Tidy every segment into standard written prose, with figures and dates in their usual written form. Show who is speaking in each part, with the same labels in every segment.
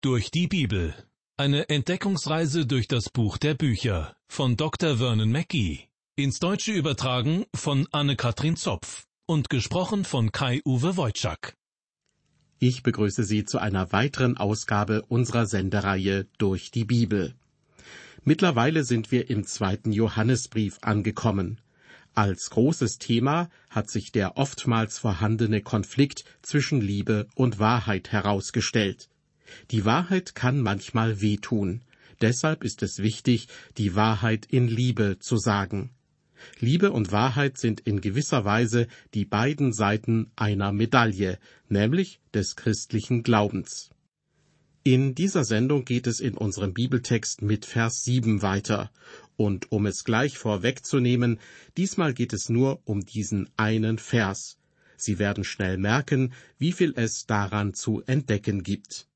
Speaker 1: Durch die Bibel. Eine Entdeckungsreise durch das Buch der Bücher von Dr. Vernon Mackey. Ins Deutsche übertragen von Anne-Katrin Zopf und gesprochen von Kai-Uwe Wojczak.
Speaker 2: Ich begrüße Sie zu einer weiteren Ausgabe unserer Sendereihe Durch die Bibel. Mittlerweile sind wir im 2. Johannesbrief angekommen. Als großes Thema hat sich der oftmals vorhandene Konflikt zwischen Liebe und Wahrheit herausgestellt. Die Wahrheit kann manchmal wehtun. Deshalb ist es wichtig, die Wahrheit in Liebe zu sagen. Liebe und Wahrheit sind in gewisser Weise die beiden Seiten einer Medaille, nämlich des christlichen Glaubens. In dieser Sendung geht es in unserem Bibeltext mit Vers 7 weiter. Und um es gleich vorwegzunehmen, diesmal geht es nur um diesen einen Vers. Sie werden schnell merken, wie viel es daran zu entdecken gibt.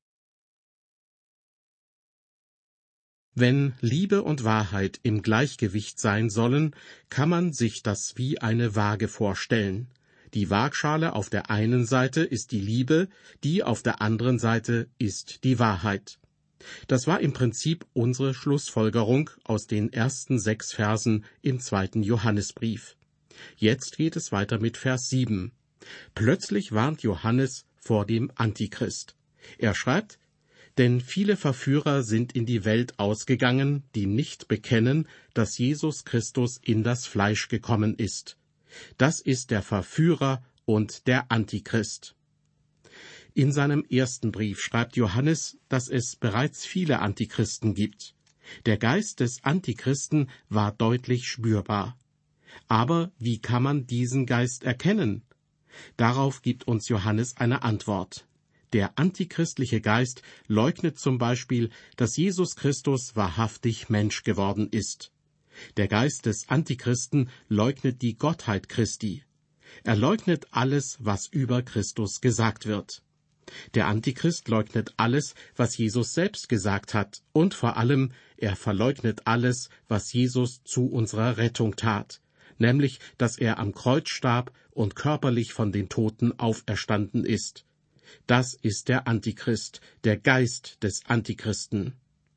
Speaker 2: Wenn Liebe und Wahrheit im Gleichgewicht sein sollen, kann man sich das wie eine Waage vorstellen. Die Waagschale auf der einen Seite ist die Liebe, die auf der anderen Seite ist die Wahrheit. Das war im Prinzip unsere Schlussfolgerung aus den ersten 6 Versen im 2. Johannesbrief. Jetzt geht es weiter mit Vers 7. Plötzlich warnt Johannes vor dem Antichrist. Er schreibt: Denn viele Verführer sind in die Welt ausgegangen, die nicht bekennen, dass Jesus Christus in das Fleisch gekommen ist. Das ist der Verführer und der Antichrist. In seinem ersten Brief schreibt Johannes, dass es bereits viele Antichristen gibt. Der Geist des Antichristen war deutlich spürbar. Aber wie kann man diesen Geist erkennen? Darauf gibt uns Johannes eine Antwort. Der antichristliche Geist leugnet zum Beispiel, dass Jesus Christus wahrhaftig Mensch geworden ist. Der Geist des Antichristen leugnet die Gottheit Christi. Er leugnet alles, was über Christus gesagt wird. Der Antichrist leugnet alles, was Jesus selbst gesagt hat, und vor allem, er verleugnet alles, was Jesus zu unserer Rettung tat, nämlich, dass er am Kreuz starb und körperlich von den Toten auferstanden ist. Das ist der Antichrist, der Geist des Antichristen.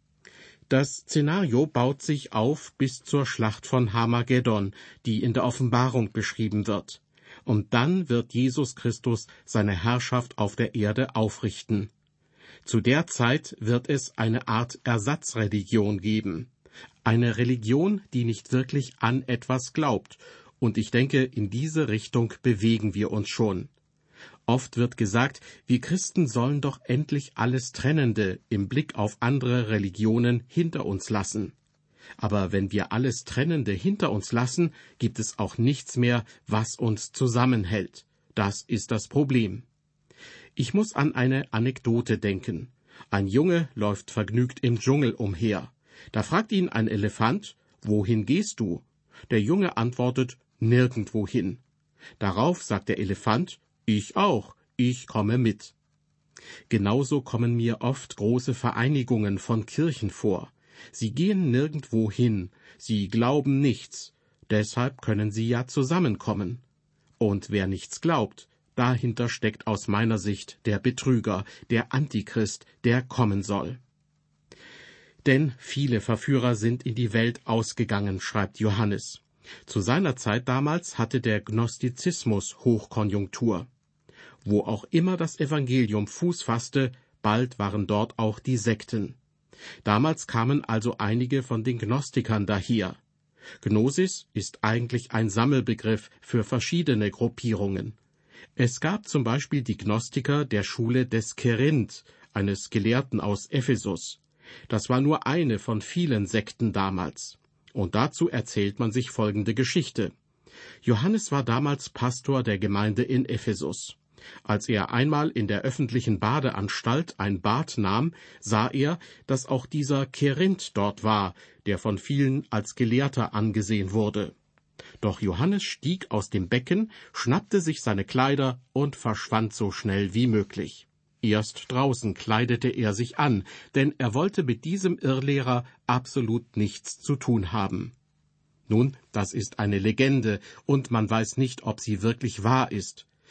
Speaker 2: Das Szenario baut sich auf bis zur Schlacht von Harmageddon, die in der Offenbarung beschrieben wird. Und dann wird Jesus Christus seine Herrschaft auf der Erde aufrichten. Zu der Zeit wird es eine Art Ersatzreligion geben. Eine Religion, die nicht wirklich an etwas glaubt. Und ich denke, in diese Richtung bewegen wir uns schon. Oft wird gesagt, wir Christen sollen doch endlich alles Trennende im Blick auf andere Religionen hinter uns lassen. Aber wenn wir alles Trennende hinter uns lassen, gibt es auch nichts mehr, was uns zusammenhält. Das ist das Problem. Ich muss an eine Anekdote denken. Ein Junge läuft vergnügt im Dschungel umher. Da fragt ihn ein Elefant: Wohin gehst du? Der Junge antwortet: Nirgendwohin. Darauf sagt der Elefant: Ich auch, ich komme mit. Genauso kommen mir oft große Vereinigungen von Kirchen vor. Sie gehen nirgendwo hin, sie glauben nichts, deshalb können sie ja zusammenkommen. Und wer nichts glaubt, dahinter steckt aus meiner Sicht der Betrüger, der Antichrist, der kommen soll. Denn viele Verführer sind in die Welt ausgegangen, schreibt Johannes. Zu seiner Zeit damals hatte der Gnostizismus Hochkonjunktur. Wo auch immer das Evangelium Fuß fasste, bald waren dort auch die Sekten. Damals kamen also einige von den Gnostikern daher. Gnosis ist eigentlich ein Sammelbegriff für verschiedene Gruppierungen. Es gab zum Beispiel die Gnostiker der Schule des Korinth, eines Gelehrten aus Ephesus. Das war nur eine von vielen Sekten damals. Und dazu erzählt man sich folgende Geschichte. Johannes war damals Pastor der Gemeinde in Ephesus. Als er einmal in der öffentlichen Badeanstalt ein Bad nahm, sah er, dass auch dieser Korinth dort war, der von vielen als Gelehrter angesehen wurde. Doch Johannes stieg aus dem Becken, schnappte sich seine Kleider und verschwand so schnell wie möglich. Erst draußen kleidete er sich an, denn er wollte mit diesem Irrlehrer absolut nichts zu tun haben. Nun, das ist eine Legende, und man weiß nicht, ob sie wirklich wahr ist.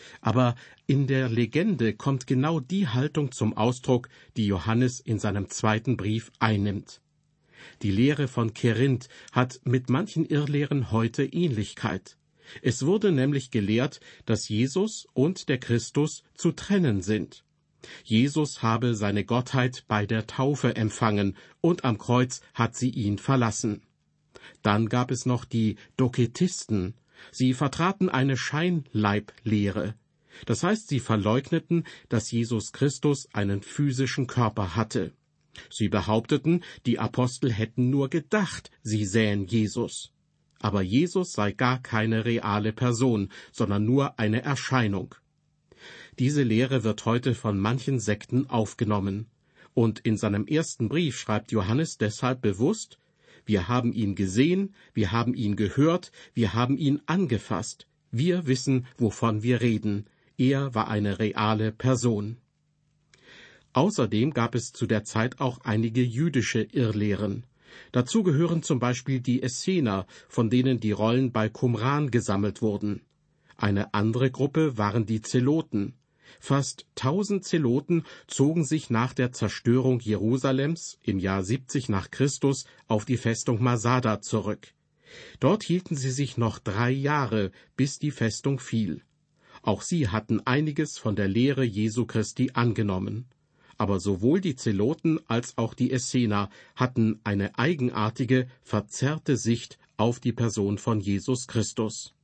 Speaker 2: Aber in der Legende kommt genau die Haltung zum Ausdruck, die Johannes in seinem 2. Brief einnimmt. Die Lehre von Korinth hat mit manchen Irrlehren heute Ähnlichkeit. Es wurde nämlich gelehrt, dass Jesus und der Christus zu trennen sind. Jesus habe seine Gottheit bei der Taufe empfangen, und am Kreuz hat sie ihn verlassen. Dann gab es noch die Doketisten. Sie vertraten eine Scheinleiblehre. Das heißt, sie verleugneten, dass Jesus Christus einen physischen Körper hatte. Sie behaupteten, die Apostel hätten nur gedacht, sie sähen Jesus. Aber Jesus sei gar keine reale Person, sondern nur eine Erscheinung. Diese Lehre wird heute von manchen Sekten aufgenommen. Und in seinem 1. Brief schreibt Johannes deshalb bewusst: Wir haben ihn gesehen, wir haben ihn gehört, wir haben ihn angefasst. Wir wissen, wovon wir reden. Er war eine reale Person. Außerdem gab es zu der Zeit auch einige jüdische Irrlehren. Dazu gehören zum Beispiel die Essener, von denen die Rollen bei Qumran gesammelt wurden. Eine andere Gruppe waren die Zeloten. Fast 1000 Zeloten zogen sich nach der Zerstörung Jerusalems im Jahr 70 nach Christus auf die Festung Masada zurück. Dort hielten sie sich noch 3 Jahre, bis die Festung fiel. Auch sie hatten einiges von der Lehre Jesu Christi angenommen. Aber sowohl die Zeloten als auch die Essener hatten eine eigenartige, verzerrte Sicht auf die Person von Jesus Christus.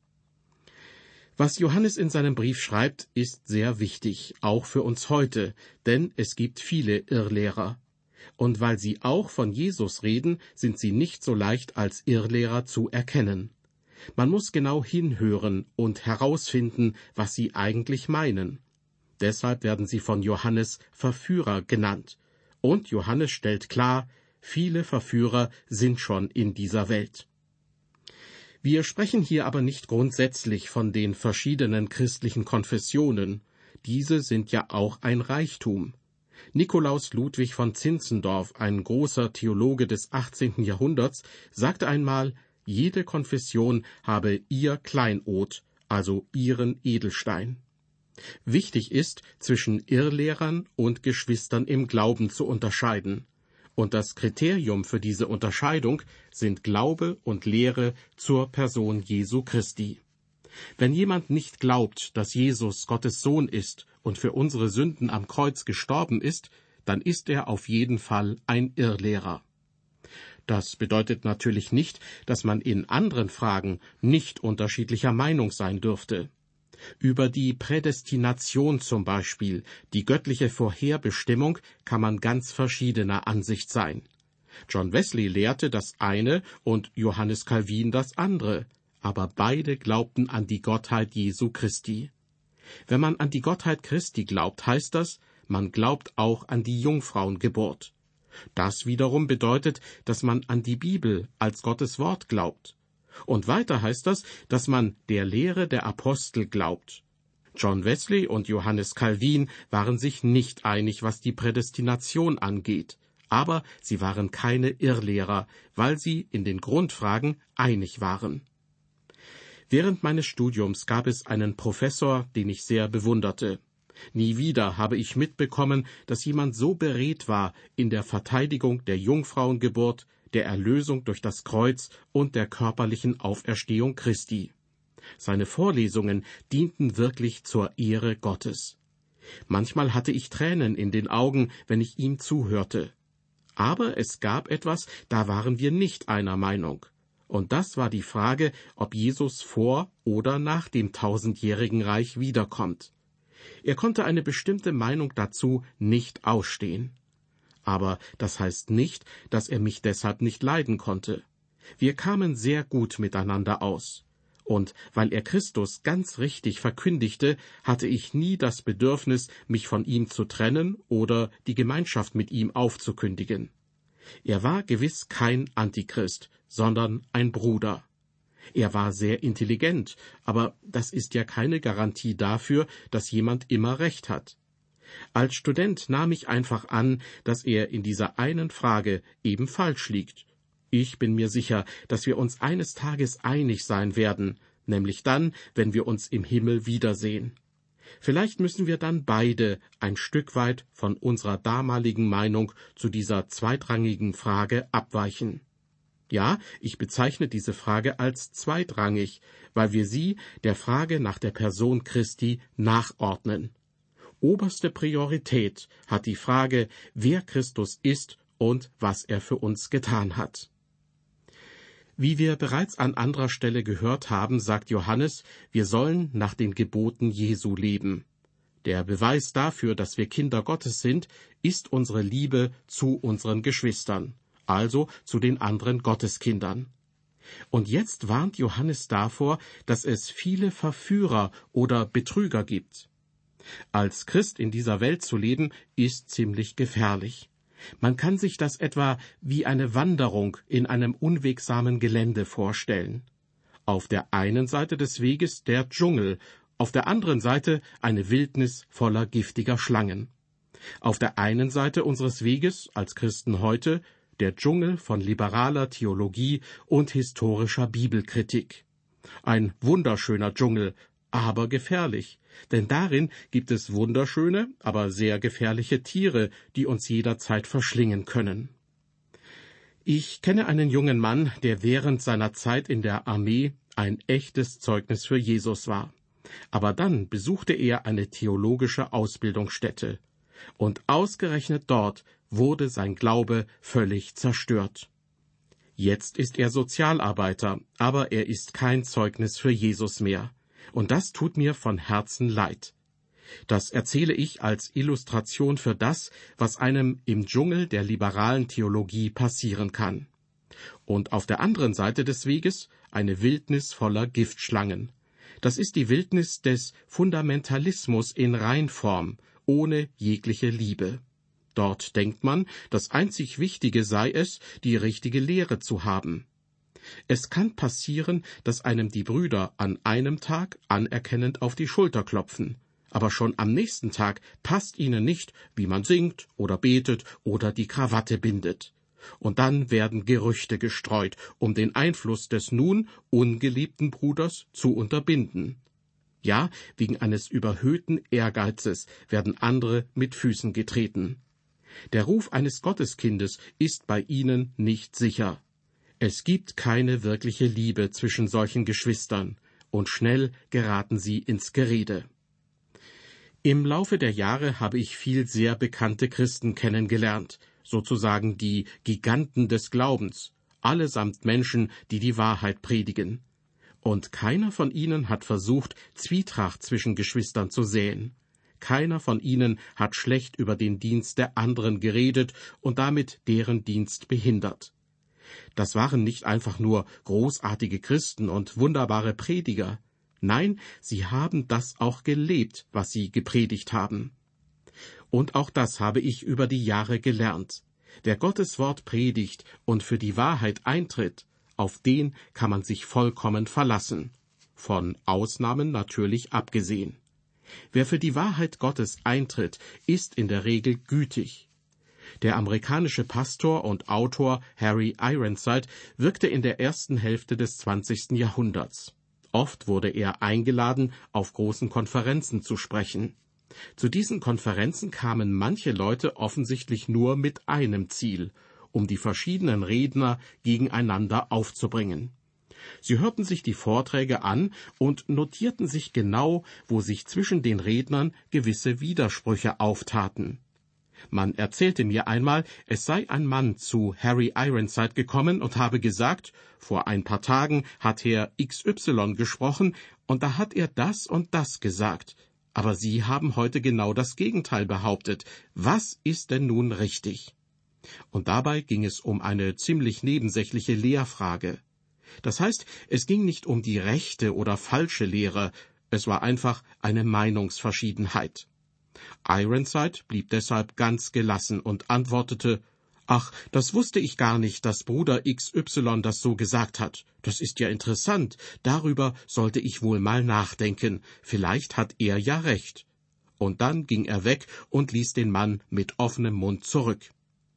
Speaker 2: Was Johannes in seinem Brief schreibt, ist sehr wichtig, auch für uns heute, denn es gibt viele Irrlehrer. Und weil sie auch von Jesus reden, sind sie nicht so leicht als Irrlehrer zu erkennen. Man muss genau hinhören und herausfinden, was sie eigentlich meinen. Deshalb werden sie von Johannes Verführer genannt. Und Johannes stellt klar, viele Verführer sind schon in dieser Welt. Wir sprechen hier aber nicht grundsätzlich von den verschiedenen christlichen Konfessionen. Diese sind ja auch ein Reichtum. Nikolaus Ludwig von Zinzendorf, ein großer Theologe des 18. Jahrhunderts, sagte einmal, jede Konfession habe ihr Kleinod, also ihren Edelstein. Wichtig ist, zwischen Irrlehrern und Geschwistern im Glauben zu unterscheiden. Und das Kriterium für diese Unterscheidung sind Glaube und Lehre zur Person Jesu Christi. Wenn jemand nicht glaubt, dass Jesus Gottes Sohn ist und für unsere Sünden am Kreuz gestorben ist, dann ist er auf jeden Fall ein Irrlehrer. Das bedeutet natürlich nicht, dass man in anderen Fragen nicht unterschiedlicher Meinung sein dürfte. Über die Prädestination zum Beispiel, die göttliche Vorherbestimmung, kann man ganz verschiedener Ansicht sein. John Wesley lehrte das eine und Johannes Calvin das andere, aber beide glaubten an die Gottheit Jesu Christi. Wenn man an die Gottheit Christi glaubt, heißt das, man glaubt auch an die Jungfrauengeburt. Das wiederum bedeutet, dass man an die Bibel als Gottes Wort glaubt. Und weiter heißt das, dass man der Lehre der Apostel glaubt. John Wesley und Johannes Calvin waren sich nicht einig, was die Prädestination angeht, aber sie waren keine Irrlehrer, weil sie in den Grundfragen einig waren. Während meines Studiums gab es einen Professor, den ich sehr bewunderte. Nie wieder habe ich mitbekommen, dass jemand so beredt war in der Verteidigung der Jungfrauengeburt, der Erlösung durch das Kreuz und der körperlichen Auferstehung Christi. Seine Vorlesungen dienten wirklich zur Ehre Gottes. Manchmal hatte ich Tränen in den Augen, wenn ich ihm zuhörte. Aber es gab etwas, da waren wir nicht einer Meinung. Und das war die Frage, ob Jesus vor oder nach dem 1000-jährigen Reich wiederkommt. Er konnte eine bestimmte Meinung dazu nicht ausstehen. Aber das heißt nicht, dass er mich deshalb nicht leiden konnte. Wir kamen sehr gut miteinander aus. Und weil er Christus ganz richtig verkündigte, hatte ich nie das Bedürfnis, mich von ihm zu trennen oder die Gemeinschaft mit ihm aufzukündigen. Er war gewiss kein Antichrist, sondern ein Bruder. Er war sehr intelligent, aber das ist ja keine Garantie dafür, dass jemand immer recht hat. Als Student nahm ich einfach an, dass er in dieser einen Frage eben falsch liegt. Ich bin mir sicher, dass wir uns eines Tages einig sein werden, nämlich dann, wenn wir uns im Himmel wiedersehen. Vielleicht müssen wir dann beide ein Stück weit von unserer damaligen Meinung zu dieser zweitrangigen Frage abweichen. Ja, ich bezeichne diese Frage als zweitrangig, weil wir sie der Frage nach der Person Christi nachordnen. Oberste Priorität hat die Frage, wer Christus ist und was er für uns getan hat. Wie wir bereits an anderer Stelle gehört haben, sagt Johannes, wir sollen nach den Geboten Jesu leben. Der Beweis dafür, dass wir Kinder Gottes sind, ist unsere Liebe zu unseren Geschwistern, also zu den anderen Gotteskindern. Und jetzt warnt Johannes davor, dass es viele Verführer oder Betrüger gibt. Als Christ in dieser Welt zu leben, ist ziemlich gefährlich. Man kann sich das etwa wie eine Wanderung in einem unwegsamen Gelände vorstellen. Auf der einen Seite des Weges der Dschungel, auf der anderen Seite eine Wildnis voller giftiger Schlangen. Auf der einen Seite unseres Weges als Christen heute der Dschungel von liberaler Theologie und historischer Bibelkritik. Ein wunderschöner Dschungel, aber gefährlich, denn darin gibt es wunderschöne, aber sehr gefährliche Tiere, die uns jederzeit verschlingen können. Ich kenne einen jungen Mann, der während seiner Zeit in der Armee ein echtes Zeugnis für Jesus war. Aber dann besuchte er eine theologische Ausbildungsstätte. Und ausgerechnet dort wurde sein Glaube völlig zerstört. Jetzt ist er Sozialarbeiter, aber er ist kein Zeugnis für Jesus mehr. Und das tut mir von Herzen leid. Das erzähle ich als Illustration für das, was einem im Dschungel der liberalen Theologie passieren kann. Und auf der anderen Seite des Weges eine Wildnis voller Giftschlangen. Das ist die Wildnis des Fundamentalismus in Reinform, ohne jegliche Liebe. Dort denkt man, das einzig Wichtige sei es, die richtige Lehre zu haben. Es kann passieren, dass einem die Brüder an einem Tag anerkennend auf die Schulter klopfen, aber schon am nächsten Tag passt ihnen nicht, wie man singt oder betet oder die Krawatte bindet. Und dann werden Gerüchte gestreut, um den Einfluss des nun ungeliebten Bruders zu unterbinden. Ja, wegen eines überhöhten Ehrgeizes werden andere mit Füßen getreten. Der Ruf eines Gotteskindes ist bei ihnen nicht sicher. Es gibt keine wirkliche Liebe zwischen solchen Geschwistern, und schnell geraten sie ins Gerede. Im Laufe der Jahre habe ich viel sehr bekannte Christen kennengelernt, sozusagen die Giganten des Glaubens, allesamt Menschen, die die Wahrheit predigen. Und keiner von ihnen hat versucht, Zwietracht zwischen Geschwistern zu säen. Keiner von ihnen hat schlecht über den Dienst der anderen geredet und damit deren Dienst behindert. Das waren nicht einfach nur großartige Christen und wunderbare Prediger. Nein, sie haben das auch gelebt, was sie gepredigt haben. Und auch das habe ich über die Jahre gelernt. Wer Gottes Wort predigt und für die Wahrheit eintritt, auf den kann man sich vollkommen verlassen. Von Ausnahmen natürlich abgesehen. Wer für die Wahrheit Gottes eintritt, ist in der Regel gütig. Der amerikanische Pastor und Autor Harry Ironside wirkte in der ersten Hälfte des 20. Jahrhunderts. Oft wurde er eingeladen, auf großen Konferenzen zu sprechen. Zu diesen Konferenzen kamen manche Leute offensichtlich nur mit einem Ziel, um die verschiedenen Redner gegeneinander aufzubringen. Sie hörten sich die Vorträge an und notierten sich genau, wo sich zwischen den Rednern gewisse Widersprüche auftaten. Man erzählte mir einmal, es sei ein Mann zu Harry Ironside gekommen und habe gesagt, vor ein paar Tagen hat Herr XY gesprochen und da hat er das und das gesagt. Aber Sie haben heute genau das Gegenteil behauptet. Was ist denn nun richtig? Und dabei ging es um eine ziemlich nebensächliche Lehrfrage. Das heißt, es ging nicht um die rechte oder falsche Lehre, es war einfach eine Meinungsverschiedenheit. Ironside blieb deshalb ganz gelassen und antwortete, »Ach, das wusste ich gar nicht, dass Bruder XY das so gesagt hat. Das ist ja interessant, darüber sollte ich wohl mal nachdenken, vielleicht hat er ja recht.« Und dann ging er weg und ließ den Mann mit offenem Mund zurück.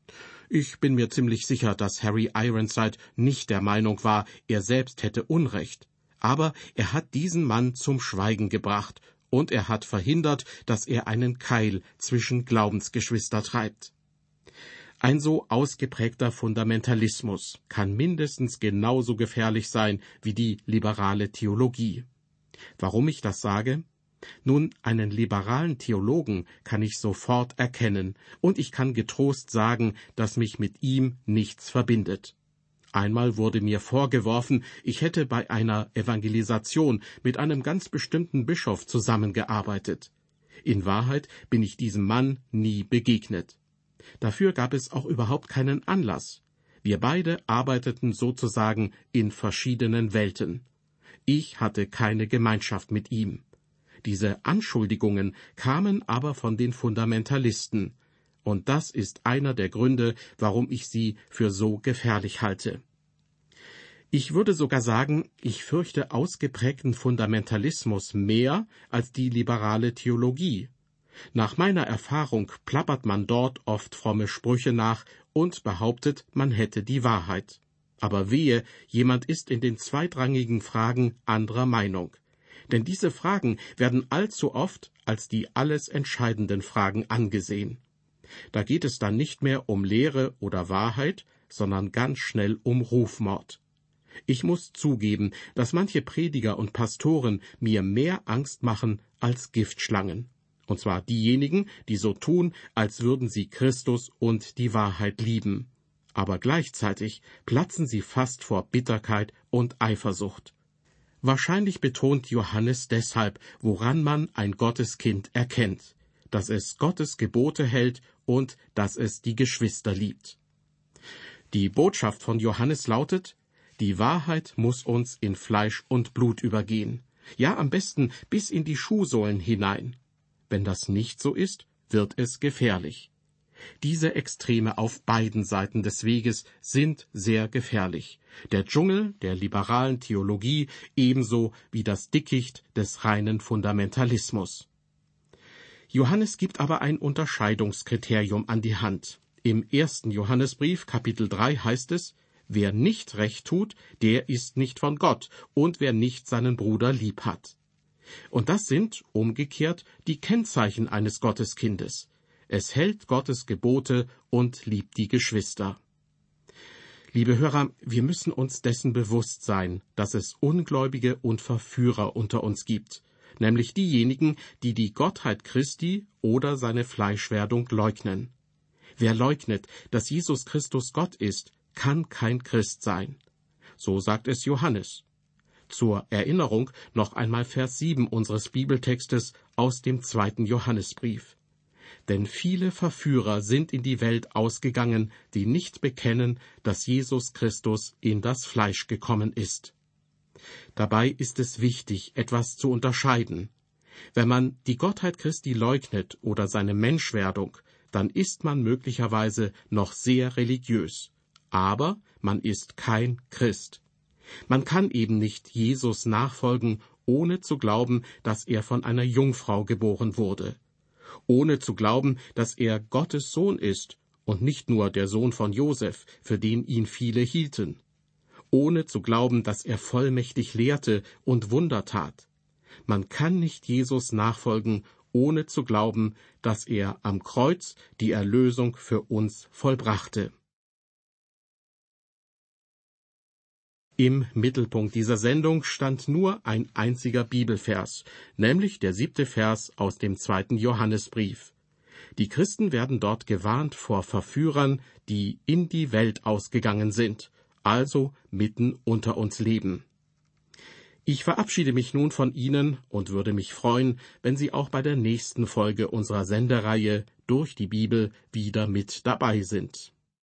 Speaker 2: Ich bin mir ziemlich sicher, dass Harry Ironside nicht der Meinung war, er selbst hätte Unrecht. Aber er hat diesen Mann zum Schweigen gebracht, und er hat verhindert, dass er einen Keil zwischen Glaubensgeschwister treibt. Ein so ausgeprägter Fundamentalismus kann mindestens genauso gefährlich sein wie die liberale Theologie. Warum ich das sage? Nun, einen liberalen Theologen kann ich sofort erkennen, und ich kann getrost sagen, dass mich mit ihm nichts verbindet. Einmal wurde mir vorgeworfen, ich hätte bei einer Evangelisation mit einem ganz bestimmten Bischof zusammengearbeitet. In Wahrheit bin ich diesem Mann nie begegnet. Dafür gab es auch überhaupt keinen Anlass. Wir beide arbeiteten sozusagen in verschiedenen Welten. Ich hatte keine Gemeinschaft mit ihm. Diese Anschuldigungen kamen aber von den Fundamentalisten, und das ist einer der Gründe, warum ich sie für so gefährlich halte. Ich würde sogar sagen, ich fürchte ausgeprägten Fundamentalismus mehr als die liberale Theologie. Nach meiner Erfahrung plappert man dort oft fromme Sprüche nach und behauptet, man hätte die Wahrheit. Aber wehe, jemand ist in den zweitrangigen Fragen anderer Meinung. Denn diese Fragen werden allzu oft als die alles entscheidenden Fragen angesehen. Da geht es dann nicht mehr um Lehre oder Wahrheit, sondern ganz schnell um Rufmord. Ich muss zugeben, dass manche Prediger und Pastoren mir mehr Angst machen als Giftschlangen. Und zwar diejenigen, die so tun, als würden sie Christus und die Wahrheit lieben. Aber gleichzeitig platzen sie fast vor Bitterkeit und Eifersucht. Wahrscheinlich betont Johannes deshalb, woran man ein Gotteskind erkennt, dass es Gottes Gebote hält und dass es die Geschwister liebt. Die Botschaft von Johannes lautet: Die Wahrheit muss uns in Fleisch und Blut übergehen, ja am besten bis in die Schuhsohlen hinein. Wenn das nicht so ist, wird es gefährlich. Diese Extreme auf beiden Seiten des Weges sind sehr gefährlich. Der Dschungel der liberalen Theologie ebenso wie das Dickicht des reinen Fundamentalismus. Johannes gibt aber ein Unterscheidungskriterium an die Hand. Im 1. Johannesbrief, Kapitel 3, heißt es: Wer nicht recht tut, der ist nicht von Gott, und wer nicht seinen Bruder lieb hat. Und das sind, umgekehrt, die Kennzeichen eines Gotteskindes. Es hält Gottes Gebote und liebt die Geschwister. Liebe Hörer, wir müssen uns dessen bewusst sein, dass es Ungläubige und Verführer unter uns gibt, nämlich diejenigen, die die Gottheit Christi oder seine Fleischwerdung leugnen. Wer leugnet, dass Jesus Christus Gott ist, kann kein Christ sein. So sagt es Johannes. Zur Erinnerung noch einmal Vers 7 unseres Bibeltextes aus dem 2. Johannesbrief. Denn viele Verführer sind in die Welt ausgegangen, die nicht bekennen, dass Jesus Christus in das Fleisch gekommen ist. Dabei ist es wichtig, etwas zu unterscheiden. Wenn man die Gottheit Christi leugnet oder seine Menschwerdung, dann ist man möglicherweise noch sehr religiös. Aber man ist kein Christ. Man kann eben nicht Jesus nachfolgen, ohne zu glauben, dass er von einer Jungfrau geboren wurde. Ohne zu glauben, dass er Gottes Sohn ist und nicht nur der Sohn von Josef, für den ihn viele hielten. Ohne zu glauben, dass er vollmächtig lehrte und Wunder tat. Man kann nicht Jesus nachfolgen, ohne zu glauben, dass er am Kreuz die Erlösung für uns vollbrachte. Im Mittelpunkt dieser Sendung stand nur ein einziger Bibelvers, nämlich der 7. Vers aus dem 2. Johannesbrief. Die Christen werden dort gewarnt vor Verführern, die in die Welt ausgegangen sind, also mitten unter uns leben. Ich verabschiede mich nun von Ihnen und würde mich freuen, wenn Sie auch bei der nächsten Folge unserer Sendereihe Durch die Bibel wieder mit dabei sind.